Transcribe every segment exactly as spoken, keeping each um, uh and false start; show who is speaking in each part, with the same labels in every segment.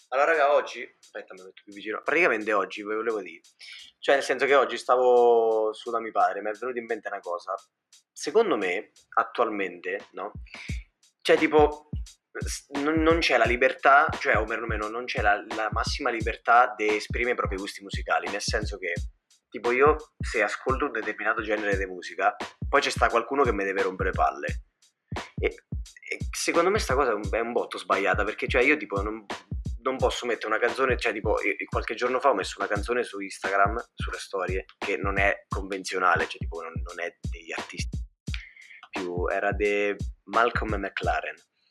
Speaker 1: Allora raga, oggi, aspetta mi metto più vicino, praticamente oggi ve volevo dire, cioè nel senso che oggi stavo su da mio padre, mi è venuta in mente una cosa, secondo me attualmente, no, cioè tipo s- non, non c'è la libertà, cioè o perlomeno non c'è la, la massima libertà di esprimere i propri gusti musicali, nel senso che tipo io se ascolto un determinato genere di musica, poi c'è sta qualcuno che mi deve rompere le palle. E, e secondo me sta cosa è un, è un botto sbagliata, perché cioè io tipo non, non posso mettere una canzone, cioè tipo io- qualche giorno fa ho messo una canzone su Instagram, sulle storie, che non è convenzionale, cioè tipo non, non è degli artisti più, era di Malcolm McLaren,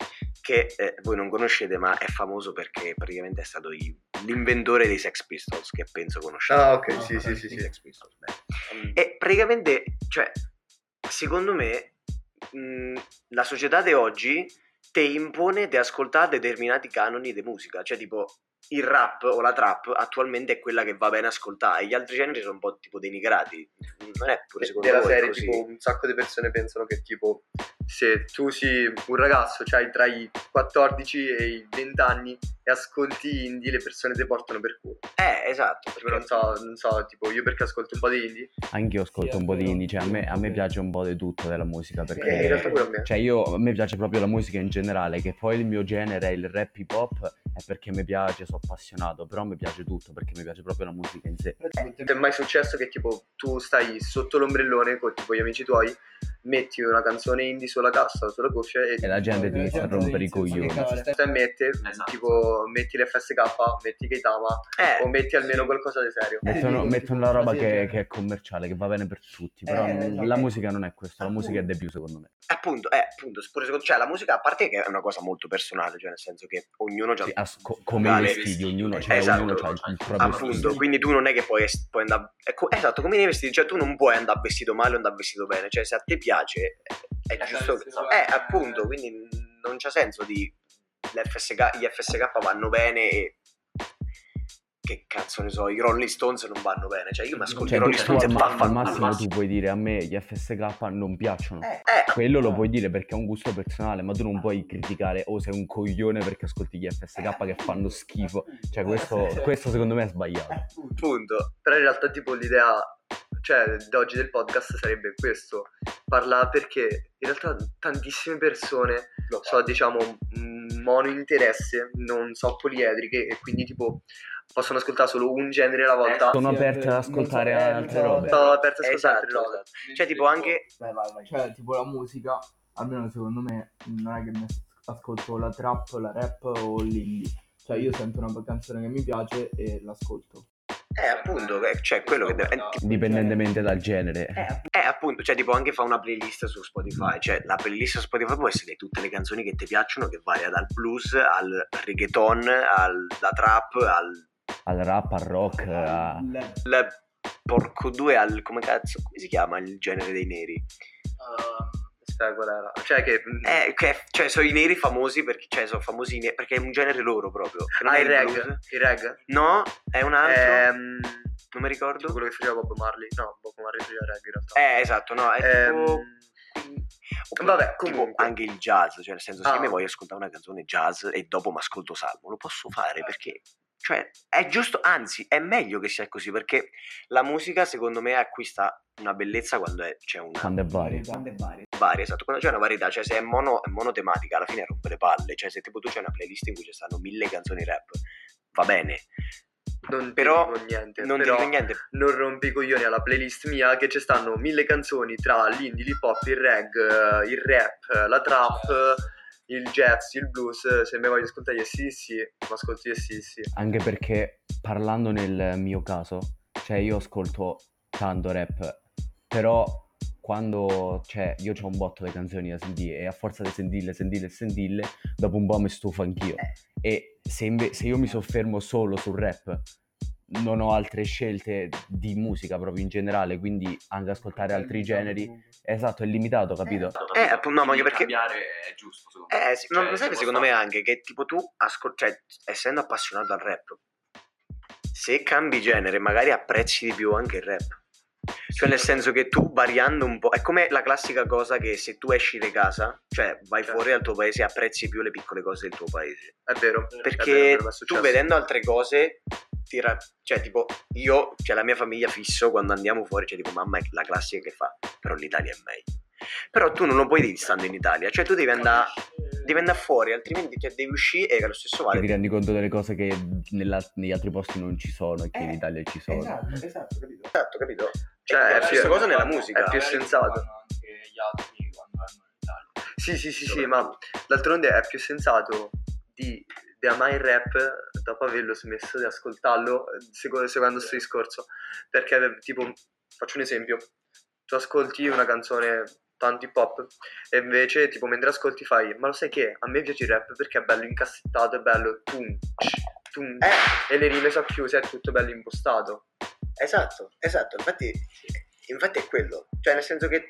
Speaker 1: che eh, voi non conoscete ma è famoso perché praticamente è stato i- l'inventore dei Sex Pistols, che penso conosciate.
Speaker 2: Ah, ok, sì, sì, sì,
Speaker 1: I
Speaker 2: sì.
Speaker 1: Sex Pistols, bene. E praticamente, cioè, secondo me mh, la società di oggi te impone di ascoltare determinati canoni di musica, cioè tipo il rap o la trap attualmente è quella che va bene ascoltare, e gli altri generi sono un po' tipo denigrati. Non è pure
Speaker 2: De-
Speaker 1: secondo
Speaker 2: della
Speaker 1: voi
Speaker 2: serie,
Speaker 1: così?
Speaker 2: tipo, un sacco di persone pensano che tipo se tu sei un ragazzo, c'hai tra i quattordici e i venti anni e ascolti indie, le persone ti portano per culo.
Speaker 1: Eh, esatto.
Speaker 2: Tipo, non so, non so, tipo io perché ascolto un po' di indie.
Speaker 3: Anche io ascolto
Speaker 4: Sì,
Speaker 3: un po' di
Speaker 4: vero.
Speaker 3: indie, cioè a me, a me piace un po' di tutto della musica,
Speaker 2: Eh, in realtà
Speaker 3: perché
Speaker 2: pure a me.
Speaker 3: cioè io, a me piace proprio la musica in generale, che poi il mio genere è il rap hip hop, è perché mi piace, sono appassionato, però mi piace tutto, perché mi piace proprio la musica in sé.
Speaker 2: Ti è mai successo che tipo tu stai sotto l'ombrellone con tipo gli amici tuoi, metti una canzone indie sulla cassa o sulla cuffia e,
Speaker 3: E la gente ti inizia a rompere i coglioni.
Speaker 2: stai a mette,
Speaker 1: Esatto.
Speaker 2: tipo metti l'F S K, metti Keitama
Speaker 1: Eh,
Speaker 2: o metti almeno qualcosa di serio.
Speaker 3: Mettono,
Speaker 4: sì,
Speaker 3: mettono
Speaker 4: sì,
Speaker 3: la roba
Speaker 4: sì,
Speaker 3: che,
Speaker 4: sì.
Speaker 3: che è commerciale, che va bene per tutti, però
Speaker 4: Eh,
Speaker 3: non-
Speaker 4: esatto.
Speaker 3: la musica non è questo, la musica è di più secondo me.
Speaker 1: appunto, eh, appunto, pure secondo, cioè la musica, a parte che è una cosa molto personale, cioè nel senso che ognuno ha
Speaker 3: Sì, as- co- come i
Speaker 1: vocale.
Speaker 3: vestiti, ognuno, cioè,
Speaker 1: Esatto.
Speaker 3: ognuno ha il, il proprio
Speaker 1: Appunto,
Speaker 3: stile.
Speaker 1: quindi tu non è che puoi, es- puoi andare ecco, esatto, come nei vestiti, cioè tu non puoi andare vestito male o andare vestito bene, cioè se a te piace è, è giusto che, eh, appunto, quindi non c'ha senso di l'F S K, gli F S K vanno bene e che cazzo ne so, i Rolling Stones non vanno bene, cioè io mi ascolto
Speaker 3: Cioè,
Speaker 1: i
Speaker 3: tu,
Speaker 1: Rolling
Speaker 3: tu
Speaker 1: Stones
Speaker 3: al,
Speaker 1: e
Speaker 3: ma-
Speaker 1: vaffanculo.
Speaker 3: al massimo tu puoi dire a me gli F S K non piacciono.
Speaker 1: Eh, eh,
Speaker 3: Quello lo puoi dire perché è un gusto personale, ma tu non puoi criticare o sei un coglione perché ascolti gli F S K che fanno schifo. Cioè questo, questo secondo me è sbagliato.
Speaker 1: appunto.
Speaker 2: Però in realtà tipo l'idea, cioè, d'oggi del podcast sarebbe questo, parla perché in realtà tantissime persone so, diciamo, un mono interesse, non so, poliedriche e quindi tipo possono ascoltare solo un genere alla volta.
Speaker 3: Sono
Speaker 4: Sì, è
Speaker 3: aperte
Speaker 4: vero.
Speaker 3: ad ascoltare
Speaker 4: Non so- eh,
Speaker 3: altre
Speaker 4: non so,
Speaker 3: robe.
Speaker 2: Sono aperte ad ascoltare altre
Speaker 1: Esatto,
Speaker 2: robe.
Speaker 1: esatto. Cioè tipo anche
Speaker 4: Vai, vai, vai. Cioè, tipo la musica, almeno secondo me, non è che mi ascolto la trap, la rap o l'indie. Cioè, io sento una canzone che mi piace e l'ascolto.
Speaker 1: eh appunto, eh, cioè quello che deve, eh,
Speaker 3: Indipendentemente dal genere.
Speaker 1: Eh, appunto, cioè tipo anche fa una playlist su Spotify, cioè la playlist su Spotify può essere di tutte le canzoni che ti piacciono, che varia dal blues al reggaeton, al, da trap, al
Speaker 3: Al rap, al rock, a...
Speaker 4: Il-
Speaker 1: il porco due, al come cazzo, come si chiama il genere dei neri?
Speaker 2: Aspetta, qual era? Cioè che...
Speaker 1: Eh, che, cioè sono i neri famosi perché, cioè sono famosi ne- perché è un genere loro proprio. che non
Speaker 2: Ah,
Speaker 1: è
Speaker 2: il
Speaker 1: blues.
Speaker 2: reg? Il reg?
Speaker 1: No, è un altro,
Speaker 2: Ehm,
Speaker 1: non mi ricordo.
Speaker 2: tipo quello che faceva Bob Marley? No, Bob Marley faceva reg in realtà.
Speaker 1: Eh, esatto, no, è tipo...
Speaker 2: Ehm,
Speaker 1: Oppure,
Speaker 2: vabbè,
Speaker 1: tipo,
Speaker 2: comunque.
Speaker 1: anche il jazz, cioè nel senso se
Speaker 2: Ah.
Speaker 1: io mi voglio ascoltare una canzone jazz e dopo mi ascolto Salmo, lo posso fare perché, cioè, è giusto, anzi, è meglio che sia così perché la musica secondo me acquista una bellezza quando è, c'è una
Speaker 3: quando è vario.
Speaker 4: Quando è vario.
Speaker 1: varia, esatto, quando c'è una varietà, cioè se è, mono, è monotematica alla fine rompe le palle, cioè se tipo tu c'hai una playlist in cui ci stanno mille canzoni rap, va bene,
Speaker 2: Non
Speaker 1: però
Speaker 2: ti dico niente,
Speaker 1: non
Speaker 2: però
Speaker 1: dico niente.
Speaker 2: non rompi i coglioni alla playlist mia che ci stanno mille canzoni tra l'indie, l'hip hop, il reg, eh, il rap, la trap, il jazz, il blues. Se mi voglio ascoltare gli S D C, mi ascolto gli S D C.
Speaker 3: Anche perché parlando nel mio caso, cioè io ascolto tanto rap, però quando, cioè, io ho un botto di canzoni da sentire e a forza di sentirle, sentirle, sentirle, dopo un po' mi stufo anch'io. E se, inve- se io mi soffermo solo sul rap, non ho altre scelte di musica proprio in generale, quindi anche ascoltare altri generi, esatto, è limitato, capito?
Speaker 1: Eh, appunto, no, ma anche perché
Speaker 5: cambiare è giusto secondo me.
Speaker 1: Eh, sì, no,
Speaker 5: Cioè,
Speaker 1: lo sai
Speaker 5: se
Speaker 1: che
Speaker 5: può
Speaker 1: secondo me
Speaker 5: fare-
Speaker 1: anche che tipo tu ascol- cioè essendo appassionato al rap, se cambi genere magari apprezzi di più anche il rap. Cioè nel senso che tu variando un po', è come la classica cosa che se tu esci di casa, cioè vai
Speaker 2: Certo.
Speaker 1: fuori dal tuo paese, apprezzi più le piccole cose del tuo paese.
Speaker 2: È vero.
Speaker 1: Perché
Speaker 2: è vero, è vero, mi è
Speaker 1: tu
Speaker 2: successo.
Speaker 1: vedendo altre cose, ti ra- cioè tipo io, cioè la mia famiglia fisso quando andiamo fuori, cioè tipo mamma è la classica che fa, però l'Italia è meglio. Però tu non lo puoi dire stando in Italia, cioè tu devi andare devi andare fuori, altrimenti cioè, devi uscire e allo stesso
Speaker 3: Che
Speaker 1: vale.
Speaker 3: ti rendi conto delle cose che nella- negli altri posti non ci sono e che in
Speaker 1: Eh,
Speaker 3: Italia ci sono.
Speaker 4: Esatto, esatto, capito?
Speaker 1: Esatto, capito?
Speaker 2: Cioè,
Speaker 1: Cioè, è
Speaker 2: è
Speaker 1: la
Speaker 2: più-
Speaker 1: stessa cosa nella
Speaker 2: è
Speaker 1: musica.
Speaker 2: più sensato.
Speaker 4: Anche gli altri quando vanno in Italia.
Speaker 2: Sì, sì, sì, sì, ma d'altronde è più sensato di, di amare il rap dopo averlo smesso di ascoltarlo, secondo, seguendo questo discorso. Perché, tipo, faccio un esempio, tu ascolti una canzone tanto hip hop e invece, tipo, mentre ascolti fai, ma lo sai che a me piace il rap perché è bello incassettato, è bello tum, tum,
Speaker 1: Eh,
Speaker 2: e le rime sono chiuse, è tutto bello impostato.
Speaker 1: esatto, esatto, infatti, infatti è quello, cioè nel senso che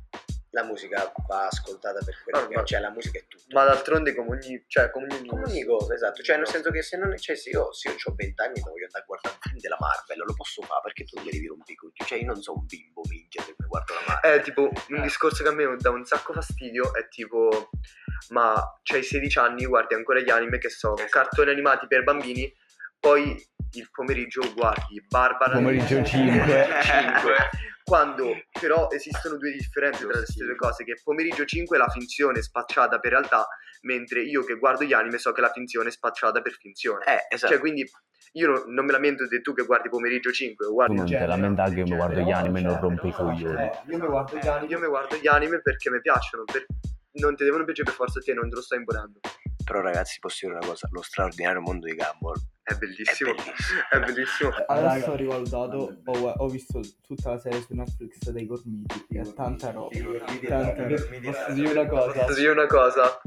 Speaker 1: la musica va ascoltata per quello
Speaker 2: Ah,
Speaker 1: che
Speaker 2: ma-
Speaker 1: è, cioè la musica è tutto.
Speaker 2: Ma d'altronde come ogni, cioè, come ogni,
Speaker 1: Come ogni cosa, esatto, cioè nel senso che se non cioè se io, se io ho venti anni ma voglio andare a guardare un film della Marvel, lo posso fare perché tu mi devi rompere i coglioni, cioè io non sono un bimbo minchia che mi guardo la Marvel.
Speaker 2: È tipo un discorso che a me dà un sacco fastidio, è tipo, ma c'hai sedici anni, guardi ancora gli anime che sono cartoni animati per bambini, poi il pomeriggio guardi Barbara
Speaker 3: Pomeriggio cinque.
Speaker 2: cinque. Quando però esistono due differenze tra queste due cose, che pomeriggio cinque è la finzione spacciata per realtà, mentre io che guardo gli anime so che la finzione è spacciata per finzione.
Speaker 1: Eh, esatto.
Speaker 2: Cioè, quindi io non, non me lamento di tu che guardi pomeriggio cinque,
Speaker 3: Tu
Speaker 2: guardi
Speaker 3: non ti lamenti che io mi guardo gli anime e non rompo i coglioni.
Speaker 4: Eh, io mi guardo gli anime.
Speaker 2: Io mi guardo gli anime perché mi piacciono, per- non ti devono piacere per forza a te, non te lo sto imponendo.
Speaker 1: Però ragazzi posso dire una cosa, lo straordinario mondo di Gumball
Speaker 2: È bellissimo,
Speaker 1: è bellissimo.
Speaker 2: è bellissimo.
Speaker 4: Adesso ho rivalutato, ho, ho visto tutta la serie su Netflix dei Gormiti, che è tanta roba. Tanta roba. Posso dire una cosa?
Speaker 2: Posso dire una cosa?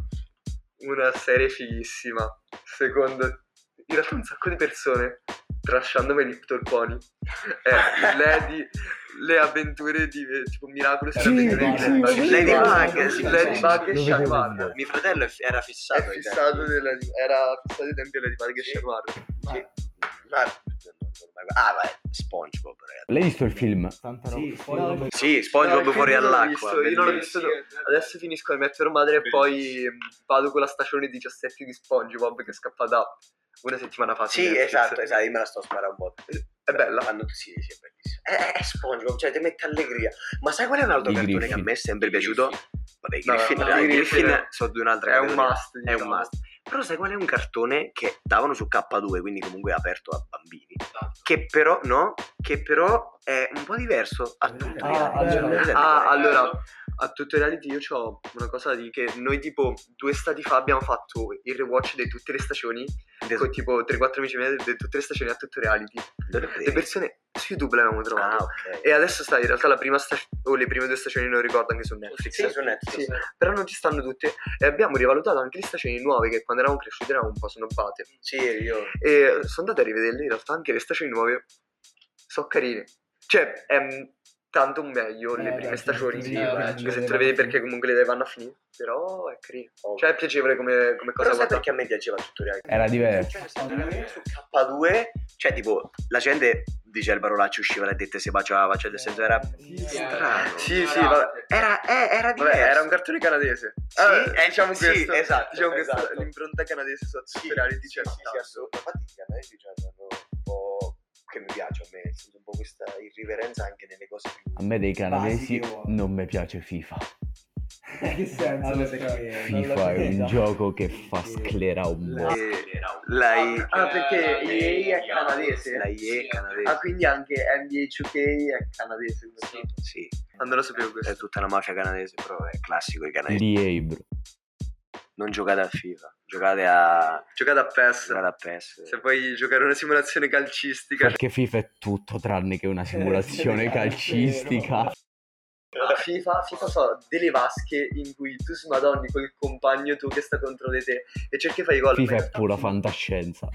Speaker 2: Una serie fighissima. Secondo, in realtà un sacco di persone, trasciando me Victor Pony, eh, Lady, le avventure di tipo Miracolo
Speaker 3: Sì,
Speaker 2: sulle avventure
Speaker 3: sì,
Speaker 2: di Lady
Speaker 3: sì,
Speaker 1: Ladybug, sì,
Speaker 2: Ladybug
Speaker 1: sì,
Speaker 2: e
Speaker 3: sì, sì.
Speaker 2: Sharkman.
Speaker 1: Mio fratello è- era
Speaker 2: È
Speaker 1: fissato ai
Speaker 2: fissato
Speaker 1: tempi.
Speaker 2: della, era fissato ai tempi Ladybug e
Speaker 1: Sì.
Speaker 2: Sharkman.
Speaker 1: Sì. Ma- Ah, vai, SpongeBob, ragazzi.
Speaker 3: L'hai visto il film?
Speaker 4: Tanta roba.
Speaker 2: Sì,
Speaker 4: Poi
Speaker 2: no,
Speaker 4: dopo-
Speaker 1: Sì,
Speaker 2: No,
Speaker 1: SpongeBob
Speaker 2: il
Speaker 1: fuori
Speaker 2: film non l'ho
Speaker 1: all'acqua.
Speaker 2: visto, io non l'ho
Speaker 1: bellissimo.
Speaker 2: visto. Adesso finisco di mettere madre e poi mm, vado con la stagione diciassette di SpongeBob che scappa da una settimana fa. su
Speaker 1: Sì,
Speaker 2: Netflix.
Speaker 1: esatto, esatto, io me la sto sparando un po'.
Speaker 2: È bella.
Speaker 1: Quando tu sì, sì, è bellissimo. È, è SpongeBob, cioè ti mette allegria. Ma sai qual è un altro
Speaker 3: I
Speaker 1: cartone che a
Speaker 3: Griffin.
Speaker 1: me è sempre piaciuto? Vabbè, i
Speaker 2: No,
Speaker 1: Griffin,
Speaker 2: no,
Speaker 1: dai,
Speaker 2: i
Speaker 1: i Griffin
Speaker 2: Griffin
Speaker 1: sono di un'altra
Speaker 2: è un
Speaker 1: categoria.
Speaker 2: must,
Speaker 1: È un
Speaker 2: diciamo.
Speaker 1: must. Però sai qual è un cartone che davano su K due, quindi comunque è aperto a bambini, che però, no, che però è un po' diverso a tutto.
Speaker 4: Ah, allora-
Speaker 2: Ah, allora, a tutto reality io ho una cosa da dire, che noi tipo due stati fa abbiamo fatto il rewatch di tutte le stagioni, con tipo tre quattro amici miei di tutte le stagioni a tutto reality. Le persone su YouTube le avevamo trovate.
Speaker 1: Ah, ok.
Speaker 2: E adesso sta in realtà la prima stagione, o le prime due stagioni non ricordo, anche su Netflix.
Speaker 1: Sì, su Netflix.
Speaker 2: Sì, però non ci stanno tutte. E abbiamo rivalutato anche le stagioni nuove che quando eravamo cresciuti eravamo un po' snobbate.
Speaker 1: Sì, io...
Speaker 2: E sono andato a rivederle, in realtà anche le stagioni nuove sono carine. Cioè, è mm, tanto meglio le
Speaker 4: Eh,
Speaker 2: prime
Speaker 4: beh,
Speaker 2: stagioni,
Speaker 4: sì,
Speaker 2: sì,
Speaker 4: sì,
Speaker 2: anche
Speaker 4: sì,
Speaker 2: se
Speaker 4: sì,
Speaker 2: te le vedi
Speaker 4: sì.
Speaker 2: perché comunque le vanno a finire. Però è carino.
Speaker 1: Ovvio.
Speaker 2: Cioè è piacevole come, come cosa
Speaker 1: Però sai
Speaker 2: guardare.
Speaker 1: perché a me piaceva il tutorial?
Speaker 3: Era diverso.
Speaker 1: Cioè, su K due, cioè tipo, la gente diceva il parolaccio, usciva le tette, si baciava, cioè nel senso era strano.
Speaker 2: Sì, sì, vabbè.
Speaker 1: Era, eh, era diverso.
Speaker 2: Vabbè, era un cartone canadese.
Speaker 1: Sì,
Speaker 2: Ah,
Speaker 1: eh,
Speaker 2: diciamo
Speaker 1: sì,
Speaker 2: questo.
Speaker 1: esatto,
Speaker 2: Diciamo questo,
Speaker 1: esatto.
Speaker 2: l'impronta canadese su
Speaker 1: Sì,
Speaker 2: tutoriali
Speaker 1: sì,
Speaker 2: dice
Speaker 1: sì, sì, assolutamente. Infatti i canadesi cioè, hanno un po' che mi piace a me, nel senso un po' questa irriverenza anche nelle cose più...
Speaker 3: A me dei canadesi
Speaker 4: Basiche, wow.
Speaker 3: non mi piace FIFA.
Speaker 4: In che senso?
Speaker 5: Allora,
Speaker 4: Perché
Speaker 5: perché
Speaker 4: non
Speaker 3: FIFA
Speaker 4: lo
Speaker 3: è un
Speaker 4: vedo.
Speaker 3: gioco che fa sclerare un po'.
Speaker 1: La
Speaker 2: Ah, perché E A è canadese?
Speaker 1: La I E è canadese.
Speaker 2: Ah, quindi anche N B A two K è canadese. Sì.
Speaker 1: Sì,
Speaker 2: Ah, non lo sapevo
Speaker 1: è
Speaker 2: questo.
Speaker 1: tutta una mafia canadese, però è classico i canadesi.
Speaker 3: L'E A, bro.
Speaker 1: Non giocate a FIFA, giocate a...
Speaker 2: Giocate a PES.
Speaker 1: giocate a PES.
Speaker 2: Se vuoi giocare una simulazione calcistica.
Speaker 3: Perché FIFA è tutto tranne che una simulazione
Speaker 4: È vero.
Speaker 3: calcistica.
Speaker 2: FIFA, FIFA so delle vasche in cui tu smadonni col compagno tu che sta contro di te e cerchi di fare i gol.
Speaker 3: FIFA
Speaker 2: ma-
Speaker 3: è pura fantascienza.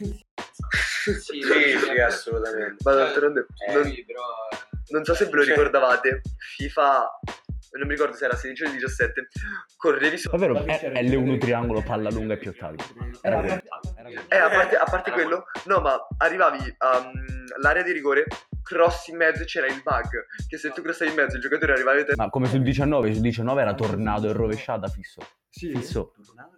Speaker 5: Sì,
Speaker 1: Sì, sì, assolutamente.
Speaker 2: Ma d'altronde
Speaker 1: Eh,
Speaker 2: non,
Speaker 5: Sì, però
Speaker 2: non so se ve lo
Speaker 1: Cioè-
Speaker 2: ricordavate, FIFA, non mi ricordo se era sedici o diciassette, correvi su...
Speaker 3: Davvero, è L uno triangolo, palla lunga e piottavi. Era quello.
Speaker 2: Eh, a parte, a parte quello, no, ma arrivavi all'area di rigore, cross in mezzo c'era il bug, che se tu crossavi in mezzo il giocatore arrivava te.
Speaker 3: Ma come sul diciannove, sul diciannove era tornado e rovesciata fisso.
Speaker 2: Sì.
Speaker 3: Fisso.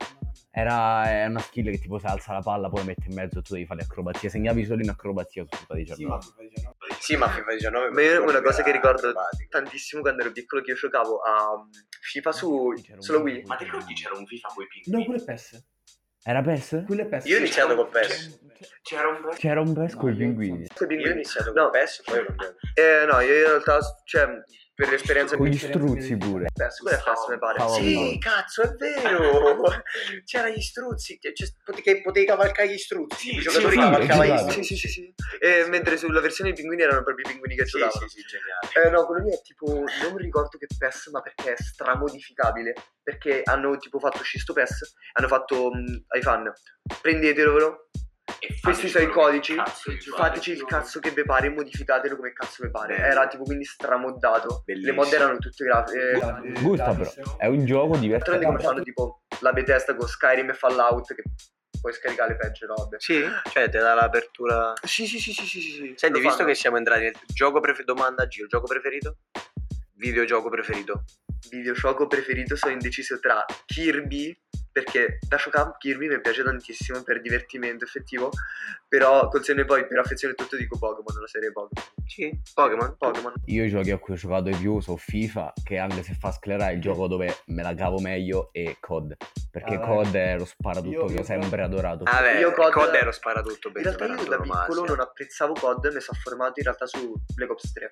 Speaker 3: Era è una skill che tipo se alza la palla poi mette in mezzo e tu devi fare le acrobazie. Segnavi solo in acrobazia su FIFA diciannove.
Speaker 1: Sì, ma FIFA diciannove.
Speaker 2: Ma io una cosa che ricordo
Speaker 1: acrobatico.
Speaker 2: tantissimo quando ero piccolo, che io giocavo a FIFA su solo Wii.
Speaker 1: Ma ti ricordi c'era un FIFA con i
Speaker 4: No,
Speaker 1: pinguini?
Speaker 4: quello è PES.
Speaker 3: Era PES?
Speaker 4: Quello è PES.
Speaker 1: Io ho iniziato con PES.
Speaker 5: C'era un PES.
Speaker 3: C'era un PES con i
Speaker 4: No, io-
Speaker 3: pinguini.
Speaker 2: Coi
Speaker 1: Io ho
Speaker 2: pinguini.
Speaker 1: iniziato
Speaker 2: No.
Speaker 1: con PES, poi ho cambiato.
Speaker 2: Eh, no, io in realtà, cioè, per l'esperienza
Speaker 3: Con gli
Speaker 4: esperienza
Speaker 3: struzzi
Speaker 4: che-
Speaker 3: pure.
Speaker 2: PES, quello è PES mi pare.
Speaker 3: Cavolo.
Speaker 1: Sì, cazzo, è vero. C'era gli struzzi, che che potevi cavalcare gli struzzi. I giocatori
Speaker 3: sì,
Speaker 1: cavalcavano gli
Speaker 3: esatto.
Speaker 2: Sì,
Speaker 1: struzzi.
Speaker 2: sì, sì, sì. E mentre sulla versione dei pinguini erano proprio i pinguini che
Speaker 1: Sì,
Speaker 2: giocavano.
Speaker 1: sì, sì, geniale.
Speaker 2: Eh, no, quello lì è tipo, non ricordo che PES, ma perché è stramodificabile. Perché hanno tipo fatto scisto PES, hanno fatto mh, ai fan, prendetelo,
Speaker 5: E
Speaker 2: questi
Speaker 5: fateci
Speaker 2: sono i
Speaker 5: quello che
Speaker 2: codici,
Speaker 5: cazzo vi fate.
Speaker 2: fateci il cazzo che vi pare e modificatelo come cazzo vi pare.
Speaker 1: Bello.
Speaker 2: Era tipo quindi stramoddato.
Speaker 1: Bellissimo.
Speaker 2: Le mod erano tutte grafiche.
Speaker 4: Eh,
Speaker 3: Gusta però. È un gioco
Speaker 2: D'altronde
Speaker 3: divertente.
Speaker 2: come fanno tipo la Bethesda con Skyrim e Fallout, che puoi scaricare le peggio robe.
Speaker 1: Sì, cioè ti dà l'apertura.
Speaker 2: Sì, sì, sì, sì, sì, sì, sì.
Speaker 1: Senti,
Speaker 2: Lo
Speaker 1: visto
Speaker 2: fanno.
Speaker 1: che siamo entrati nel gioco preferito, domanda a giro, gioco preferito? Videogioco preferito?
Speaker 2: Videogioco preferito sono indeciso tra Kirby, perché da Shokan Kirby mi piace tantissimo per divertimento effettivo, però consiglio poi per affezione tutto dico Pokémon, la serie Pokémon.
Speaker 1: Sì, Pokémon.
Speaker 2: Pokémon.
Speaker 3: Io i giochi a cui ho giocato di più sono FIFA, che anche se fa sclerare è il gioco dove me la cavo meglio, e C O D. Perché
Speaker 4: Ah,
Speaker 3: C O D è lo sparatutto
Speaker 4: io-
Speaker 3: che ho
Speaker 4: io-
Speaker 3: sempre adorato.
Speaker 1: Ah, beh,
Speaker 2: Io
Speaker 1: io
Speaker 2: C O D-
Speaker 1: C O D ero sparatutto
Speaker 2: In
Speaker 1: per
Speaker 2: realtà io da piccolo
Speaker 1: antonomasia.
Speaker 2: non apprezzavo C O D, mi sono formato in realtà su Black Ops tre.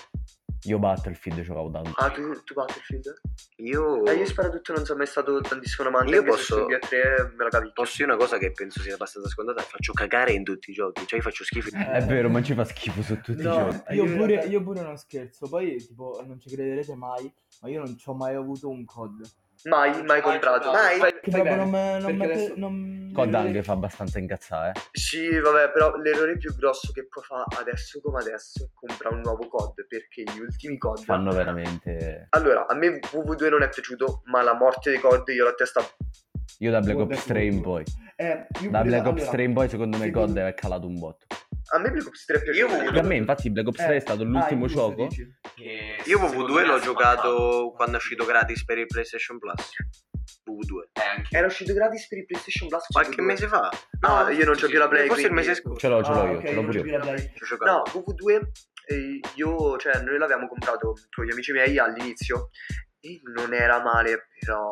Speaker 3: Io Battlefield giocavo tanto.
Speaker 2: Ah, tu, tu Battlefield?
Speaker 1: Io...
Speaker 2: Eh, io sparatutto non sono mai stato tantissimo un amante,
Speaker 1: Io
Speaker 2: anche se
Speaker 1: posso-
Speaker 2: su B tre me la cavicchio.
Speaker 1: Posso dire una cosa che penso sia abbastanza scontata: faccio cagare in tutti i giochi, cioè io faccio schifo.
Speaker 3: È vero, ma ci fa schifo su tutti i
Speaker 4: No,
Speaker 3: giochi.
Speaker 4: io
Speaker 2: Io-
Speaker 4: pure, io pure non scherzo. Poi, tipo, non ci crederete mai, ma io non ci ho mai avuto un C O D.
Speaker 2: Mai, mai comprato.
Speaker 5: Mai.
Speaker 2: Fai-
Speaker 4: Che
Speaker 2: fai
Speaker 4: proprio
Speaker 2: bene.
Speaker 4: non me, non
Speaker 5: Perché
Speaker 4: me-
Speaker 5: adesso-
Speaker 4: non-
Speaker 3: C O D anche fa abbastanza incazzare. eh.
Speaker 2: Sì, vabbè, però l'errore più grosso che può fare adesso come adesso è comprare un nuovo C O D, perché gli ultimi C O D...
Speaker 3: Fanno veramente...
Speaker 2: Allora, a me V V due non è piaciuto, ma la morte dei C O D io l'ho testa...
Speaker 3: Io da Black
Speaker 4: Io
Speaker 3: Ops
Speaker 4: adesso
Speaker 3: tre in
Speaker 4: voglio-
Speaker 3: poi.
Speaker 4: Eh, io
Speaker 3: Da
Speaker 4: pure-
Speaker 3: Black Ops
Speaker 4: allora,
Speaker 3: tre in poi secondo me C O D
Speaker 4: secondo-
Speaker 3: è calato un botto.
Speaker 2: A me Black Ops tre è piaciuto.
Speaker 1: Io-
Speaker 3: Per me infatti Black Ops tre è stato l'ultimo
Speaker 4: ah, il
Speaker 3: gioco.
Speaker 4: dici?
Speaker 5: Che
Speaker 1: Io V V
Speaker 5: secondo
Speaker 1: due
Speaker 5: me
Speaker 1: l'ho
Speaker 5: ha
Speaker 1: giocato quando è uscito gratis per il PlayStation Plus. V V due.
Speaker 5: Eh, anche
Speaker 2: Era uscito gratis per il PlayStation Plus
Speaker 1: Qualche
Speaker 2: V V due.
Speaker 1: mese fa.
Speaker 2: Ah, io non c'ho
Speaker 5: sì,
Speaker 2: più la Play,
Speaker 1: Forse il
Speaker 2: quindi-
Speaker 1: mese scorso.
Speaker 3: Ce l'ho, ce l'ho
Speaker 4: Ah,
Speaker 3: io,
Speaker 4: ok,
Speaker 3: ce l'ho
Speaker 4: non
Speaker 3: pure
Speaker 4: ci
Speaker 3: io.
Speaker 4: più la Play.
Speaker 1: Ci ho giocato.
Speaker 2: No, V V due eh, io, cioè, noi l'avevamo comprato con gli amici miei all'inizio e non era male, però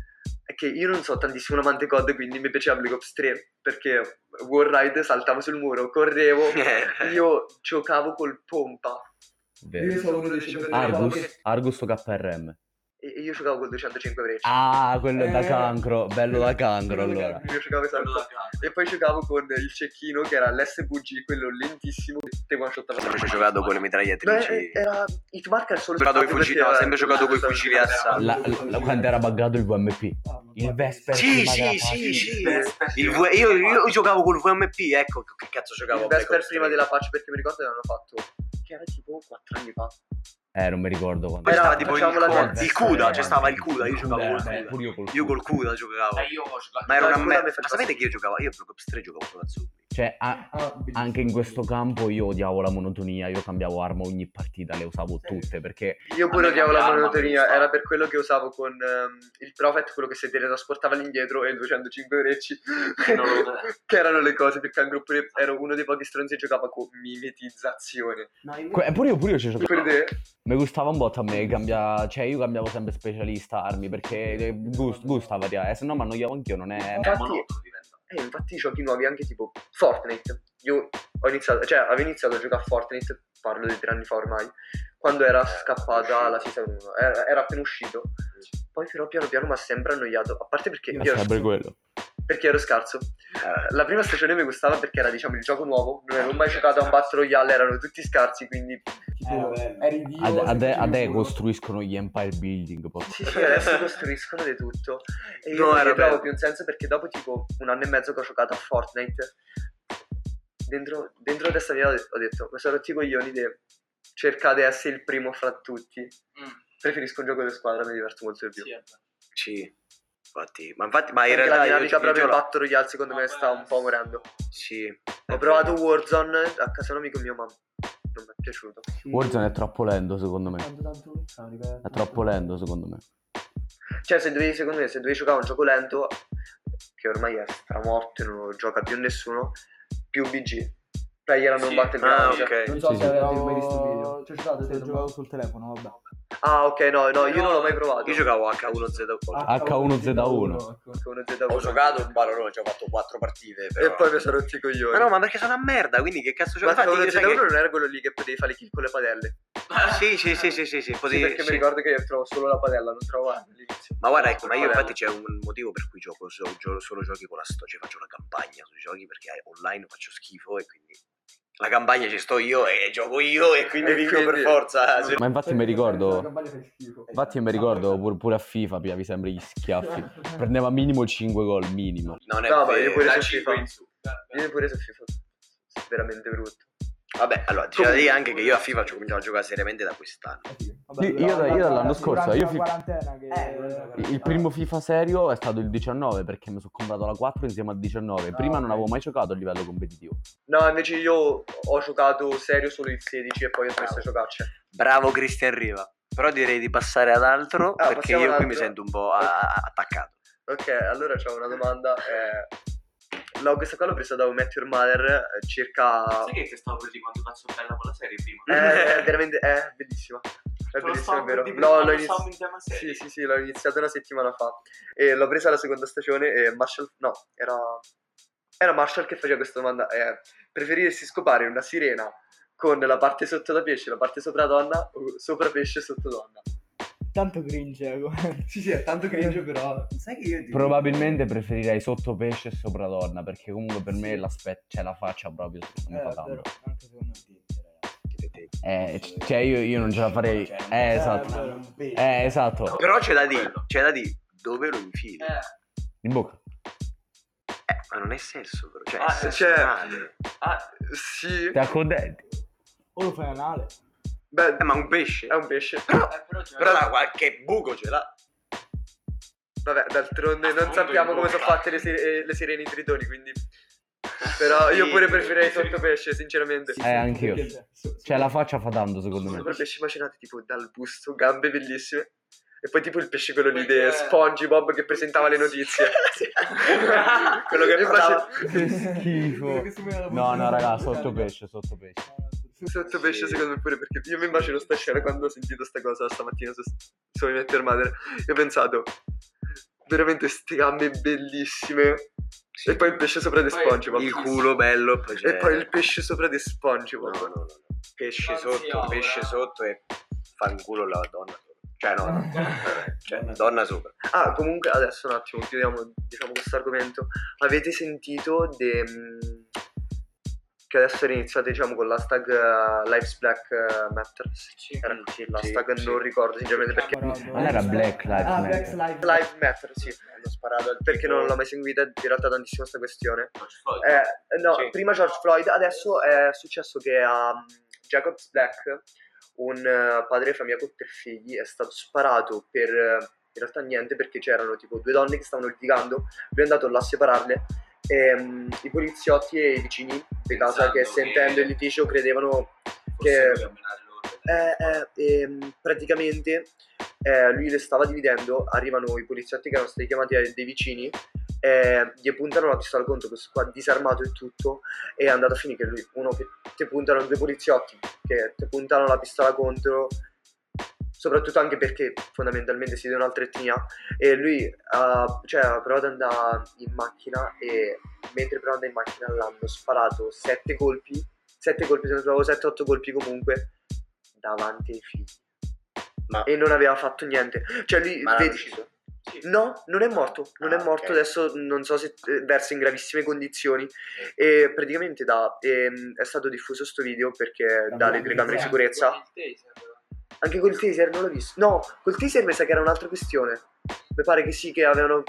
Speaker 2: è che io non so tantissimo un amante C O D, quindi mi piaceva Black Ops tre, perché Warride saltavo sul muro, correvo, io giocavo col pompa
Speaker 3: Vero.
Speaker 4: Io sono uno dei giocatori
Speaker 3: Argus,
Speaker 4: che-
Speaker 3: Argus o K R M.
Speaker 2: e e io giocavo col duecentocinque Breccia.
Speaker 3: Ah, quello è da
Speaker 4: Eh,
Speaker 3: cancro, bello da cancro
Speaker 4: quello da
Speaker 3: allora.
Speaker 4: cancro.
Speaker 2: Io giocavo
Speaker 5: quello
Speaker 2: esatto.
Speaker 5: da casa.
Speaker 2: E poi giocavo con il cecchino che era l'S V G, quello lentissimo, che te one shottava.
Speaker 1: Sempre ci ho giocato con le mitragliatrici.
Speaker 2: Beh, era Hitmarker solo
Speaker 1: Ho giocato coi
Speaker 2: perché
Speaker 1: fucili- no, ho
Speaker 2: era-
Speaker 1: sempre giocato coi fucili a assalto.
Speaker 3: La, la- quando era buggato il V M P.
Speaker 4: Ah, ma
Speaker 3: Il
Speaker 4: guarda,
Speaker 3: Vesper.
Speaker 1: Sì,
Speaker 3: prima
Speaker 1: sì,
Speaker 3: della
Speaker 1: sì,
Speaker 3: patch.
Speaker 1: sì.
Speaker 5: Vesper
Speaker 1: Il
Speaker 5: prima
Speaker 1: V- io, io giocavo col V M P, ecco che cazzo giocavo.
Speaker 2: Il
Speaker 1: a Black
Speaker 2: Vesper
Speaker 1: Ops
Speaker 2: prima
Speaker 1: tre.
Speaker 2: della patch, perché mi ricordo che l'hanno fatto, che era tipo quattro anni fa.
Speaker 3: Eh, non mi ricordo
Speaker 1: Poi
Speaker 3: quando.
Speaker 2: Era-
Speaker 1: stava tipo il,
Speaker 2: facciamo la
Speaker 1: Cod-
Speaker 2: terza.
Speaker 1: il Cuda, c'è stava il Cuda, io giocavo col
Speaker 3: Beh,
Speaker 1: Cuda.
Speaker 3: pure io col
Speaker 1: Io col Cuda giocavo.
Speaker 5: Eh, io ho giocato
Speaker 1: Ma era
Speaker 2: Dai,
Speaker 1: una
Speaker 2: Cuda
Speaker 1: merda.
Speaker 2: mi faceva
Speaker 1: Ma sapete che io giocavo? Io a Black Ops tre giocavo solo a zombie.
Speaker 3: Cioè, a-
Speaker 4: Ah, bellissimo.
Speaker 3: anche in questo campo io odiavo la monotonia, io cambiavo arma ogni partita, le usavo tutte perché
Speaker 2: Io
Speaker 5: A
Speaker 2: pure
Speaker 5: me
Speaker 2: odiavo la
Speaker 5: cambiava, ma
Speaker 2: monotonia,
Speaker 5: mi
Speaker 2: era per quello che usavo con ehm, il Prophet, quello che si teletrasportava all'indietro, e il duecentocinque Brecci,
Speaker 5: Che non lo-
Speaker 2: che erano le cose più cancro. Oppure ero uno dei pochi stronzi che giocava con mimetizzazione.
Speaker 5: No, invece-
Speaker 3: Que- pure io pure io ci giocavo.
Speaker 2: Pure te?
Speaker 3: Mi gustava un botto a me cambia, cioè io cambiavo sempre specialista armi perché eh, gust, gusta variare, eh, se no mi annoiavo anch'io, non è...
Speaker 5: è
Speaker 2: infatti-
Speaker 5: monotono diventa.
Speaker 2: Eh, infatti i giochi nuovi, anche tipo Fortnite, io ho iniziato, cioè avevo iniziato a giocare a Fortnite, parlo di tre anni fa ormai, quando era scappata la season uno, era, era appena uscito. Poi però piano piano mi ha sempre annoiato, a parte perché io
Speaker 3: È
Speaker 2: ero,
Speaker 3: sempre quello.
Speaker 2: perché ero scarso. Eh, la prima stagione mi gustava perché era, diciamo, il gioco nuovo, non avevo mai giocato a un Battle Royale, erano tutti scarsi, quindi
Speaker 4: Tipo,
Speaker 5: Eh,
Speaker 4: eri Dio,
Speaker 3: Ad- ade-
Speaker 4: sentivi
Speaker 3: Ade
Speaker 4: solo-
Speaker 3: costruiscono gli empire building poi.
Speaker 2: sì, sì, adesso costruiscono di tutto. E io
Speaker 1: No,
Speaker 2: non
Speaker 1: era
Speaker 2: ne trovo
Speaker 1: bello.
Speaker 2: più un senso, perché dopo tipo un anno e mezzo che ho giocato a Fortnite, dentro, dentro la testa mia ho ho detto, mi sono rotti i coglioni di cercare di essere il primo fra tutti.
Speaker 5: Mm,
Speaker 2: Preferisco un gioco di squadra, mi diverto molto di più.
Speaker 5: sì, vabbè.
Speaker 1: Sì. Infatti, ma infatti, ma in
Speaker 2: Anche
Speaker 1: realtà
Speaker 2: la
Speaker 1: io,
Speaker 2: dinamica
Speaker 1: io
Speaker 2: proprio
Speaker 1: la-
Speaker 2: Battle Royale secondo me
Speaker 5: Vabbè,
Speaker 2: sta un po' morendo.
Speaker 1: Sì.
Speaker 2: Ho provato Warzone a casa di un amico mio, ma non mi è piaciuto.
Speaker 3: Warzone è troppo lento secondo me.
Speaker 4: Tanto, tanto che carica, eh.
Speaker 3: È troppo lento secondo me.
Speaker 2: Cioè, se dovevi, secondo me, se dovevi giocare a un gioco lento, che ormai è stramorto e non lo gioca più nessuno, più B G. Player non
Speaker 5: Sì.
Speaker 2: Battleground.
Speaker 1: Ah, ok.
Speaker 4: Non so
Speaker 3: Sì,
Speaker 4: se
Speaker 3: sì.
Speaker 4: avete mai visto il video. Cioè, scusate, se
Speaker 2: Sì,
Speaker 4: giocavo sul telefono, vabbè.
Speaker 2: Ah, ok, no, no, io non l'ho mai provato.
Speaker 1: Io giocavo H uno Z uno.
Speaker 3: H uno Z uno.
Speaker 2: Con uno Z uno.
Speaker 1: Ho giocato un ballo, ho già fatto quattro partite. Però...
Speaker 2: E poi mi sono rotti i coglioni.
Speaker 1: Ma no, ma perché sono a merda, quindi che cazzo gioco?
Speaker 2: Ma
Speaker 1: Infatti,
Speaker 2: uno
Speaker 1: io
Speaker 2: Z
Speaker 1: sai
Speaker 2: uno
Speaker 1: che...
Speaker 2: non era quello lì che potevi fare le kill con le padelle.
Speaker 1: Sì, sì, sì, sì, sì, sì, così,
Speaker 2: Sì, perché
Speaker 1: sì.
Speaker 2: mi ricordo che io trovo solo la padella, non trovo all'inizio.
Speaker 1: Ma guarda, ecco, ma io
Speaker 2: Padella.
Speaker 1: infatti c'è un motivo per cui gioco solo, gio- solo giochi con la storia, cioè faccio una campagna sui giochi perché online faccio schifo e quindi la campagna ci sto io e gioco io e quindi
Speaker 2: E
Speaker 1: vinco
Speaker 2: quindi-
Speaker 1: per forza.
Speaker 3: Ma infatti mi ricordo.
Speaker 4: Infatti
Speaker 3: Infatti mi ricordo pure, pure a FIFA piavi sempre gli schiaffi. Prendeva minimo cinque gol, minimo.
Speaker 1: Non è
Speaker 2: No, ma io
Speaker 1: vero.
Speaker 2: pure
Speaker 5: Da
Speaker 2: su
Speaker 5: cinque
Speaker 2: FIFA.
Speaker 5: in su.
Speaker 2: Io pure su FIFA. Veramente brutto.
Speaker 1: Vabbè, allora, c'è da dire anche che io a FIFA ci ho cominciato a giocare seriamente da quest'anno.
Speaker 3: Io- io da- io dall'anno scorso, io fi-
Speaker 4: quarantena che...
Speaker 3: Il il primo FIFA serio è stato il diciannove perché mi sono comprato la quattro insieme al diciannove. Prima
Speaker 4: Ah,
Speaker 3: non
Speaker 4: ok.
Speaker 3: avevo mai giocato a livello competitivo.
Speaker 2: No, invece io ho giocato serio solo il sedici e poi ho smesso di giocarci.
Speaker 1: Bravo Cristian Riva. Però direi di passare ad altro
Speaker 2: Ah,
Speaker 1: perché
Speaker 2: passiamo
Speaker 1: io
Speaker 2: ad
Speaker 1: qui mi
Speaker 2: altro.
Speaker 1: sento un po' a- a- attaccato.
Speaker 2: Ok, allora c'ho una domanda. Eh... No, questa qua l'ho presa da Met Your Mother eh, circa...
Speaker 5: Sai che ti stavo per dire quanto cazzo è bella quella serie prima?
Speaker 2: Eh, è veramente... è bellissima. È
Speaker 5: Te lo
Speaker 2: bellissima,
Speaker 5: stavo
Speaker 2: è vero.
Speaker 5: per dire
Speaker 2: No,
Speaker 5: prima,
Speaker 2: l'ho
Speaker 5: lo stavo
Speaker 2: iniziato...
Speaker 5: in tema serie.
Speaker 2: Sì, sì, sì, l'ho iniziato una settimana fa. E l'ho presa la seconda stagione e Marshall... No, era... Era Marshall che faceva questa domanda. Eh, preferiresti scopare una sirena con la parte sotto da pesce e la parte sopra donna o sopra pesce e sotto donna?
Speaker 4: Tanto cringe, eh.
Speaker 2: Sì, sì, è tanto cringe però...
Speaker 4: Sai che io ti...
Speaker 3: Probabilmente preferirei sotto pesce e sopra donna perché comunque per me l'aspetto, cioè la faccia proprio non mi
Speaker 4: Eh,
Speaker 3: fa
Speaker 4: è
Speaker 3: tanto.
Speaker 4: vero, anche secondo me.
Speaker 3: Eh, c- cioè io, io non ce la farei. Eh, esatto. Eh, esatto.
Speaker 1: Però c'è da dire, c'è da dire dove lo infili.
Speaker 5: Eh,
Speaker 3: In bocca.
Speaker 1: Eh, ma non è sesso, però. Cioè,
Speaker 5: Ah,
Speaker 1: è sesso
Speaker 2: cioè-
Speaker 1: anale.
Speaker 5: ah,
Speaker 2: Sì...
Speaker 3: Ti accontenti?
Speaker 4: O lo fai anale.
Speaker 2: Beh,
Speaker 1: Eh, ma un pesce.
Speaker 2: è un pesce.
Speaker 1: Però,
Speaker 5: eh, però c'è
Speaker 1: però da qualche buco ce l'ha.
Speaker 2: Vabbè, d'altronde non
Speaker 5: Appunto,
Speaker 2: sappiamo
Speaker 5: in
Speaker 2: come sono
Speaker 5: bocca.
Speaker 2: fatte le, sire- le sirene in tritoni, quindi... Però io
Speaker 1: Sì,
Speaker 2: pure preferirei
Speaker 1: sì.
Speaker 2: sotto pesce, sinceramente.
Speaker 3: Eh, anch'io. Cioè la faccia fa tanto secondo
Speaker 2: Sopra
Speaker 3: me.
Speaker 2: il pesce macinato tipo dal busto, gambe bellissime. E poi tipo il pesce quello lì di
Speaker 5: Perché-
Speaker 2: SpongeBob che presentava le notizie. Quello che
Speaker 1: Mi
Speaker 2: faceva
Speaker 3: Che schifo. No, no, raga, sotto pesce, sotto pesce.
Speaker 2: sotto pesce secondo me pure, perché io mi immagino sta scena quando ho sentito sta cosa stamattina su, su I Met Your Mother. E ho pensato, veramente ste gambe bellissime. E poi il pesce sopra di
Speaker 5: Poi
Speaker 2: SpongeBob.
Speaker 1: Il culo bello. Poi c'è...
Speaker 2: E poi il pesce sopra di
Speaker 1: No,
Speaker 2: SpongeBob.
Speaker 1: no, no, no. Pesce
Speaker 5: Anzi,
Speaker 1: sotto,
Speaker 5: ora.
Speaker 1: pesce sotto e fa in culo la donna sopra. Cioè, no, no. Cioè, donna sopra.
Speaker 2: Ah, comunque adesso un attimo chiudiamo diciamo questo argomento. Avete sentito de, mh, che adesso è iniziato diciamo con l'hashtag uh, Lives Black uh, Matters?
Speaker 5: Sì.
Speaker 2: Era così l'hashtag,
Speaker 1: sì.
Speaker 2: non ricordo sinceramente perché
Speaker 3: Non era Black Lives
Speaker 4: Ah,
Speaker 3: Matter.
Speaker 4: Black Lives
Speaker 2: Lives Matter, sì.
Speaker 1: Hanno sparato al
Speaker 2: Perché
Speaker 1: tipo-
Speaker 2: non l'ho mai seguita in realtà tantissimo questa questione.
Speaker 5: George Floyd.
Speaker 2: Eh, no,
Speaker 1: Sì.
Speaker 2: prima George Floyd, adesso è successo che a um, Jacobs Black, un uh, padre di famiglia con tre figli, è stato sparato per uh, in realtà niente, perché c'erano tipo due donne che stavano litigando, lui è andato là a separarle e um, i poliziotti e i vicini di casa
Speaker 5: Pensando
Speaker 2: che sentendo
Speaker 5: che-
Speaker 2: il litigio credevano
Speaker 5: Forse
Speaker 2: che
Speaker 5: lui a menare loro.
Speaker 2: eh, eh, ehm, praticamente eh, lui le stava dividendo, arrivano i poliziotti che erano stati chiamati dai dei vicini, eh, gli puntano la pistola contro, questo qua disarmato e tutto, e è andato a finire che lui, uno che ti puntano, due poliziotti che ti puntano la pistola contro, soprattutto anche perché fondamentalmente si vede un'altra etnia, e lui ha, cioè, ha provato ad andare in macchina e mentre provava ad andare in macchina l'hanno sparato sette colpi, sette colpi se non sbaglio, sette otto colpi comunque davanti ai figli.
Speaker 1: Ma,
Speaker 2: E non aveva fatto niente. Cioè lui
Speaker 1: ma l'hanno
Speaker 2: vedi-
Speaker 1: ucciso?
Speaker 2: No, non è morto, non
Speaker 1: Ah,
Speaker 2: è morto,
Speaker 1: ok.
Speaker 2: adesso non so se eh, versa in gravissime condizioni. E praticamente da, ehm, è stato diffuso sto video perché dalle telecamere di sicurezza.
Speaker 5: Il taser.
Speaker 2: Anche col taser non l'ho visto. No, col taser mi sa che era un'altra questione. Mi pare che sì, che avevano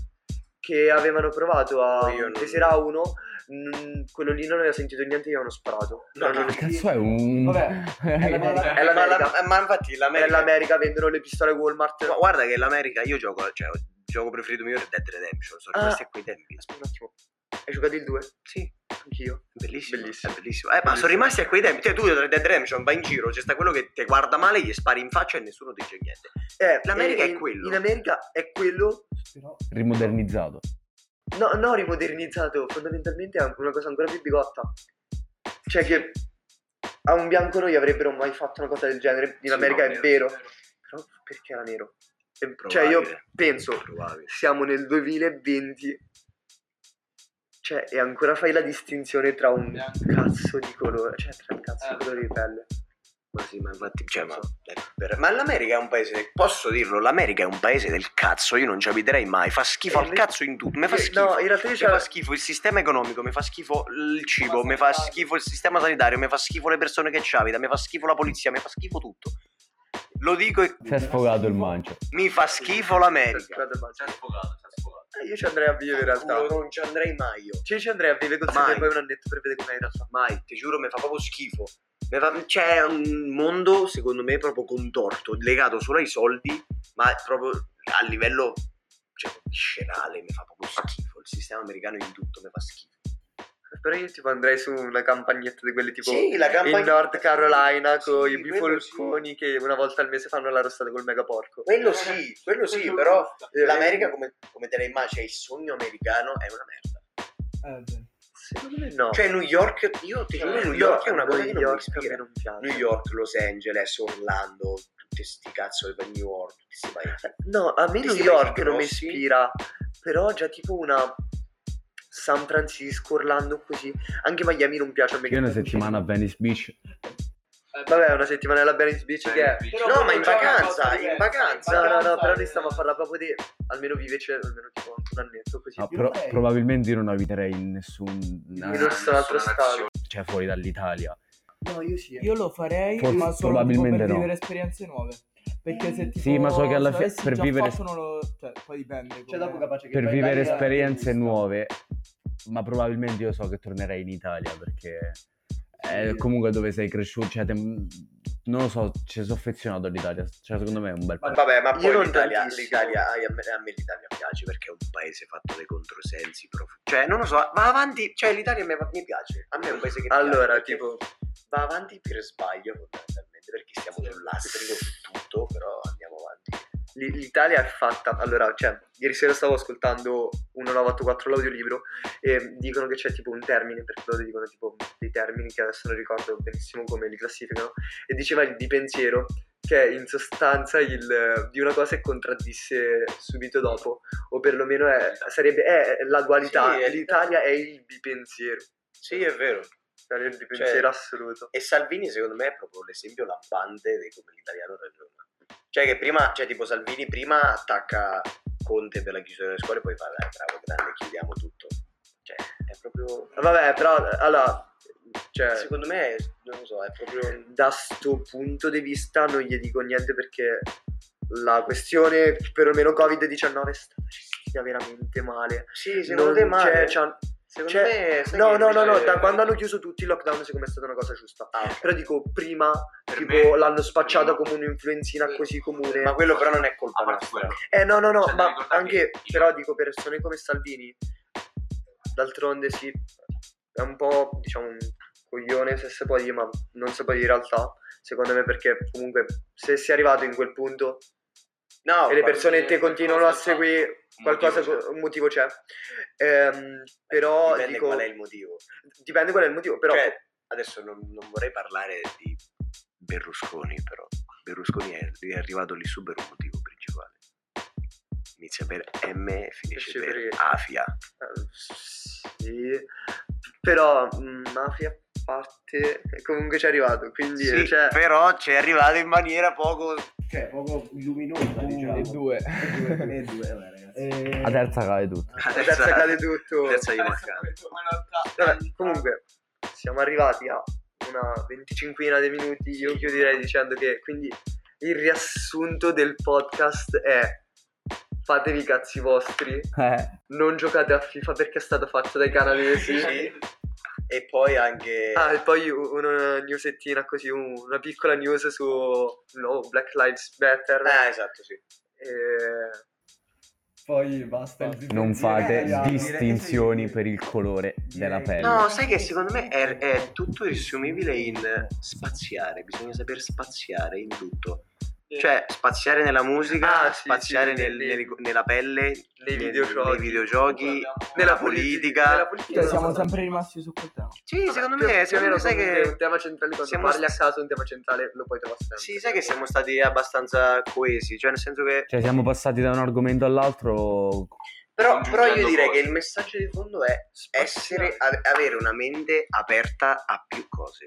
Speaker 2: che avevano provato a
Speaker 1: Io non-
Speaker 2: taserare uno. mm, quello lì non aveva sentito niente, gli avevano sparato. Però non-
Speaker 3: Che cazzo è un.
Speaker 4: Vabbè, è l'America.
Speaker 2: È
Speaker 1: ma,
Speaker 2: l'America.
Speaker 1: la- ma infatti l'America...
Speaker 2: Nell'America vendono le pistole Walmart.
Speaker 1: Ma guarda che l'America, io gioco, cioè, il gioco preferito mio è Dead Redemption, sono
Speaker 2: Ah.
Speaker 1: rimasti a quei tempi.
Speaker 2: Aspetta un attimo. Hai giocato il due?
Speaker 1: Sì.
Speaker 2: Anch'io.
Speaker 1: Bellissimo,
Speaker 2: Bellissimo.
Speaker 1: è bellissimo. Eh, ma sono rimasti a quei tempi. Cioè, tu da Red Dead Redemption vai in giro, c'è sta quello che ti guarda male, gli spari in faccia e nessuno dice niente.
Speaker 2: Eh,
Speaker 1: L'America
Speaker 2: e-
Speaker 1: è quello.
Speaker 2: In America è quello.
Speaker 4: Però
Speaker 3: Rimodernizzato.
Speaker 2: No, no, rimodernizzato. Fondamentalmente è una cosa ancora più bigotta. Cioè che a un bianco non gli avrebbero mai fatto una cosa del genere. In
Speaker 1: Sì,
Speaker 2: America
Speaker 1: no,
Speaker 2: è
Speaker 1: vero,
Speaker 2: vero. Però perché era nero? E-
Speaker 1: Probabile.
Speaker 2: Cioè io penso,
Speaker 1: Probabile.
Speaker 2: siamo nel duemilaventi. Cioè, e ancora fai la distinzione tra un cazzo di colore. Cioè, tra il cazzo di colore di pelle.
Speaker 1: Ma sì, ma infatti, cioè, ma, è per- ma l'America è un paese del- posso dirlo, l'America è un paese del cazzo, io non ci abiterei mai, fa schifo
Speaker 2: Eh,
Speaker 1: al
Speaker 2: invece-
Speaker 1: cazzo in tutto, mi fa
Speaker 2: Eh,
Speaker 1: schifo,
Speaker 2: no, in realtà io
Speaker 1: mi
Speaker 2: c'è-
Speaker 1: fa schifo il sistema economico, mi fa schifo il cibo, mi fa schifo il sistema sanitario, mi fa schifo le persone che ci abitano, mi fa schifo la polizia, mi fa schifo tutto. Lo dico e
Speaker 3: Si è sfogato il mancio.
Speaker 1: mi fa schifo l'America.
Speaker 5: Si è sfogato, si è sfogato.
Speaker 2: Eh, io ci andrei a vivere in realtà.
Speaker 1: Culo, non ci andrei mai io.
Speaker 2: Cioè, ci andrei a vivere così
Speaker 1: Mai.
Speaker 2: e poi un annetto per vedere com'è in realtà.
Speaker 1: Mai, ti giuro, mi fa proprio schifo. Mi fa- C'è un mondo, secondo me, proprio contorto, legato solo ai soldi, ma proprio a livello, cioè, viscerale, mi fa proprio schifo. Il sistema americano in tutto mi fa schifo.
Speaker 2: Però io tipo andrei su una campagnetta di quelli tipo
Speaker 1: Sì, la campagna-
Speaker 2: in North Carolina con
Speaker 1: Sì,
Speaker 2: i
Speaker 1: quello
Speaker 2: bifolconi che una volta al mese fanno la rostata col megaporco.
Speaker 1: Quello sì, quello sì, però
Speaker 2: Eh,
Speaker 1: l'America, come, come te la immagini, cioè il sogno americano è una merda.
Speaker 4: Eh, beh.
Speaker 2: Secondo me no.
Speaker 1: Cioè New York, io ti giuro, New
Speaker 2: No,
Speaker 1: York è una cosa
Speaker 2: New
Speaker 1: che non mi
Speaker 2: York a me
Speaker 1: ispira.
Speaker 2: non piace.
Speaker 1: New York, Los Angeles, Orlando, tutti sti cazzo di New York, tutti sti paesi.
Speaker 2: No, a me
Speaker 1: Tutti
Speaker 2: New
Speaker 1: sti
Speaker 2: York
Speaker 1: paesi
Speaker 2: non mi
Speaker 1: grossi.
Speaker 2: ispira, però già tipo una San Francisco, Orlando così. Anche Miami non piace a me.
Speaker 3: Io una settimana a Venice Beach.
Speaker 2: Vabbè, una settimana alla Venice Beach che è...
Speaker 5: Però
Speaker 1: No, ma in
Speaker 4: c'è una
Speaker 1: vacanza,
Speaker 4: cosa
Speaker 1: in
Speaker 4: diversa.
Speaker 1: vacanza.
Speaker 2: No, no, no, però
Speaker 4: eh,
Speaker 2: noi stiamo a parlare proprio di almeno viverci almeno tipo un annetto così.
Speaker 3: Ah,
Speaker 4: Io
Speaker 3: pro-
Speaker 4: vorrei-
Speaker 3: probabilmente io non abiterei in nessun
Speaker 2: In
Speaker 3: na-
Speaker 2: nessun altro stato.
Speaker 3: cioè fuori dall'Italia.
Speaker 2: No, io sì.
Speaker 4: Io lo farei,
Speaker 3: Forse-
Speaker 4: ma solo tipo
Speaker 3: probabilmente
Speaker 4: per
Speaker 3: no.
Speaker 4: vivere esperienze nuove. Perché se tipo
Speaker 3: Sì, ma so che alla
Speaker 4: se
Speaker 3: fine
Speaker 4: avessi
Speaker 3: per
Speaker 4: già
Speaker 3: vivere
Speaker 4: fatto non lo... cioè poi dipende.
Speaker 2: Cioè
Speaker 4: come-
Speaker 2: dopo capace che
Speaker 3: per
Speaker 2: vai
Speaker 3: vivere
Speaker 2: là e-
Speaker 3: esperienze nuove, ma probabilmente io so che tornerei in Italia perché è comunque dove sei cresciuto, cioè te- non lo so, ci sono affezionato all'Italia, cioè secondo me è un bel paese.
Speaker 1: Vabbè, ma
Speaker 2: Io
Speaker 1: poi
Speaker 2: non
Speaker 1: l'Italia,
Speaker 2: tantissimo.
Speaker 1: l'Italia a me, a me l'Italia piace perché è un paese fatto dai controsensi profondi. Cioè, non lo so, va avanti, cioè l'Italia mi, mi piace. A me è un paese che mi
Speaker 2: Allora,
Speaker 1: piace, perché
Speaker 2: tipo-
Speaker 1: va avanti per sbaglio fondamentalmente, perché stiamo sul lastrico su tutto, però andiamo avanti.
Speaker 2: L- L'Italia è fatta, allora, cioè, ieri sera stavo ascoltando uno nove otto quattro l'audiolibro e dicono che c'è tipo un termine, perché loro dicono tipo dei termini che adesso non ricordo benissimo come li classificano, e diceva il di pensiero, che è in sostanza il di una cosa che contraddisse subito dopo, o perlomeno è, sarebbe è la dualità,
Speaker 1: Sì, è
Speaker 2: l'Italia è il bipensiero,
Speaker 1: Sì, è vero.
Speaker 2: è il bipensiero
Speaker 1: Cioè,
Speaker 2: assoluto.
Speaker 1: E Salvini secondo me è proprio l'esempio lampante di come l'italiano ragiona. Cioè che prima, cioè tipo Salvini prima attacca Conte per la chiusura delle scuole, poi fa dai bravo, grande, chiudiamo tutto. Cioè è proprio...
Speaker 2: Vabbè, però, allora, cioè...
Speaker 1: Secondo me, non lo so, è proprio...
Speaker 2: Da sto punto di vista non gli dico niente perché la questione perlomeno covid diciannove è stata gestita veramente male.
Speaker 1: Sì, secondo
Speaker 2: Non
Speaker 1: te male?
Speaker 2: c'è- c'han-
Speaker 1: Secondo
Speaker 2: c'è-
Speaker 1: me... sai
Speaker 2: no,
Speaker 1: che
Speaker 2: no, no, no,
Speaker 1: invece-
Speaker 2: da quando hanno chiuso tutti il lockdown secondo me è stata una cosa giusta.
Speaker 1: Ah, ok.
Speaker 2: Però dico, prima
Speaker 5: Per
Speaker 2: tipo
Speaker 5: me-
Speaker 2: l'hanno spacciata
Speaker 5: prima-
Speaker 2: come un'influenzina
Speaker 5: Sì.
Speaker 2: così comune.
Speaker 1: Ma quello però non è colpa
Speaker 5: A parte
Speaker 1: nostra.
Speaker 5: quello.
Speaker 2: Eh no, no, no,
Speaker 5: Cioè,
Speaker 2: ma
Speaker 5: devi ricordare
Speaker 2: anche,
Speaker 5: che-
Speaker 2: però dico, persone come Salvini, d'altronde sì, è un po', diciamo, un coglione se si può dire, ma non si può dire in realtà, secondo me, perché comunque se sei arrivato in quel punto
Speaker 1: No,
Speaker 2: e le
Speaker 1: ma-
Speaker 2: persone te continuano a seguire,
Speaker 5: Un
Speaker 2: qualcosa,
Speaker 5: motivo c'è.
Speaker 2: un motivo c'è. Ehm, però
Speaker 1: dipende
Speaker 2: dico,
Speaker 1: qual è il motivo.
Speaker 2: dipende qual è il motivo, però
Speaker 1: Cioè, adesso non, non vorrei parlare di Berlusconi, però Berlusconi è, è arrivato lì su per un motivo principale. Inizia per M e finisce
Speaker 2: Finisce
Speaker 1: per
Speaker 2: per-
Speaker 1: Afia.
Speaker 2: Eh, sì, però mh, mafia a parte comunque ci è arrivato, quindi
Speaker 1: Sì,
Speaker 2: cioè,
Speaker 1: però ci è arrivato in maniera poco...
Speaker 6: Cioè, poco luminosa, diciamo.
Speaker 4: E due.
Speaker 6: E due, e due, vabbè, ragazzi.
Speaker 4: Eh,
Speaker 3: La terza cade tutto.
Speaker 1: La
Speaker 2: adesso cade tutto.
Speaker 1: terza gli manca.
Speaker 2: Vabbè, comunque siamo arrivati a una venticinquina di minuti, io chiuderei dicendo che quindi il riassunto del podcast è: fatevi i cazzi vostri,
Speaker 3: Eh,
Speaker 2: non giocate a FIFA perché è stato fatto dai canadesi.
Speaker 1: Sì. E poi anche...
Speaker 2: Ah, e poi una newsettina così, un- una piccola news su no, Black Lives Matter.
Speaker 1: Ah, esatto, sì.
Speaker 2: E... Poi basta il
Speaker 3: Non fate
Speaker 6: direi-
Speaker 3: distinzioni
Speaker 6: direi-
Speaker 3: per il colore della
Speaker 6: direi-
Speaker 3: pelle.
Speaker 1: No, sai che secondo me è, è tutto riassumibile in spaziare, bisogna saper spaziare in tutto. Cioè, spaziare nella musica,
Speaker 2: Ah, sì,
Speaker 1: spaziare
Speaker 2: sì,
Speaker 1: nel-
Speaker 2: nei-
Speaker 1: nel- nella pelle,
Speaker 2: nei
Speaker 1: nel-
Speaker 2: videogiochi.
Speaker 1: nei videogiochi,
Speaker 2: nella
Speaker 1: nella
Speaker 2: politica,
Speaker 1: politica.
Speaker 2: nella politica
Speaker 4: Cioè, siamo
Speaker 2: no.
Speaker 4: sempre rimasti su quel tema.
Speaker 1: Sì,
Speaker 2: Vabbè,
Speaker 1: secondo
Speaker 2: più-
Speaker 1: me,
Speaker 2: più o
Speaker 1: secondo
Speaker 2: meno
Speaker 1: me sai
Speaker 2: comunque
Speaker 1: che
Speaker 2: un tema centrale, quando
Speaker 1: siamo
Speaker 2: parli a
Speaker 1: st-
Speaker 2: caso un tema centrale lo puoi trovare sempre.
Speaker 1: Sì, sai che siamo stati abbastanza coesi, cioè nel senso che
Speaker 3: Cioè siamo passati da un argomento all'altro.
Speaker 1: Però, però io
Speaker 5: aggiungendo
Speaker 1: direi
Speaker 5: cose.
Speaker 1: che il messaggio di fondo è essere, ave- avere una mente aperta a più cose.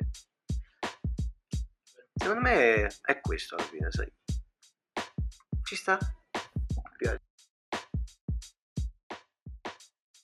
Speaker 1: Secondo me è questo alla fine, sai. Ci sta?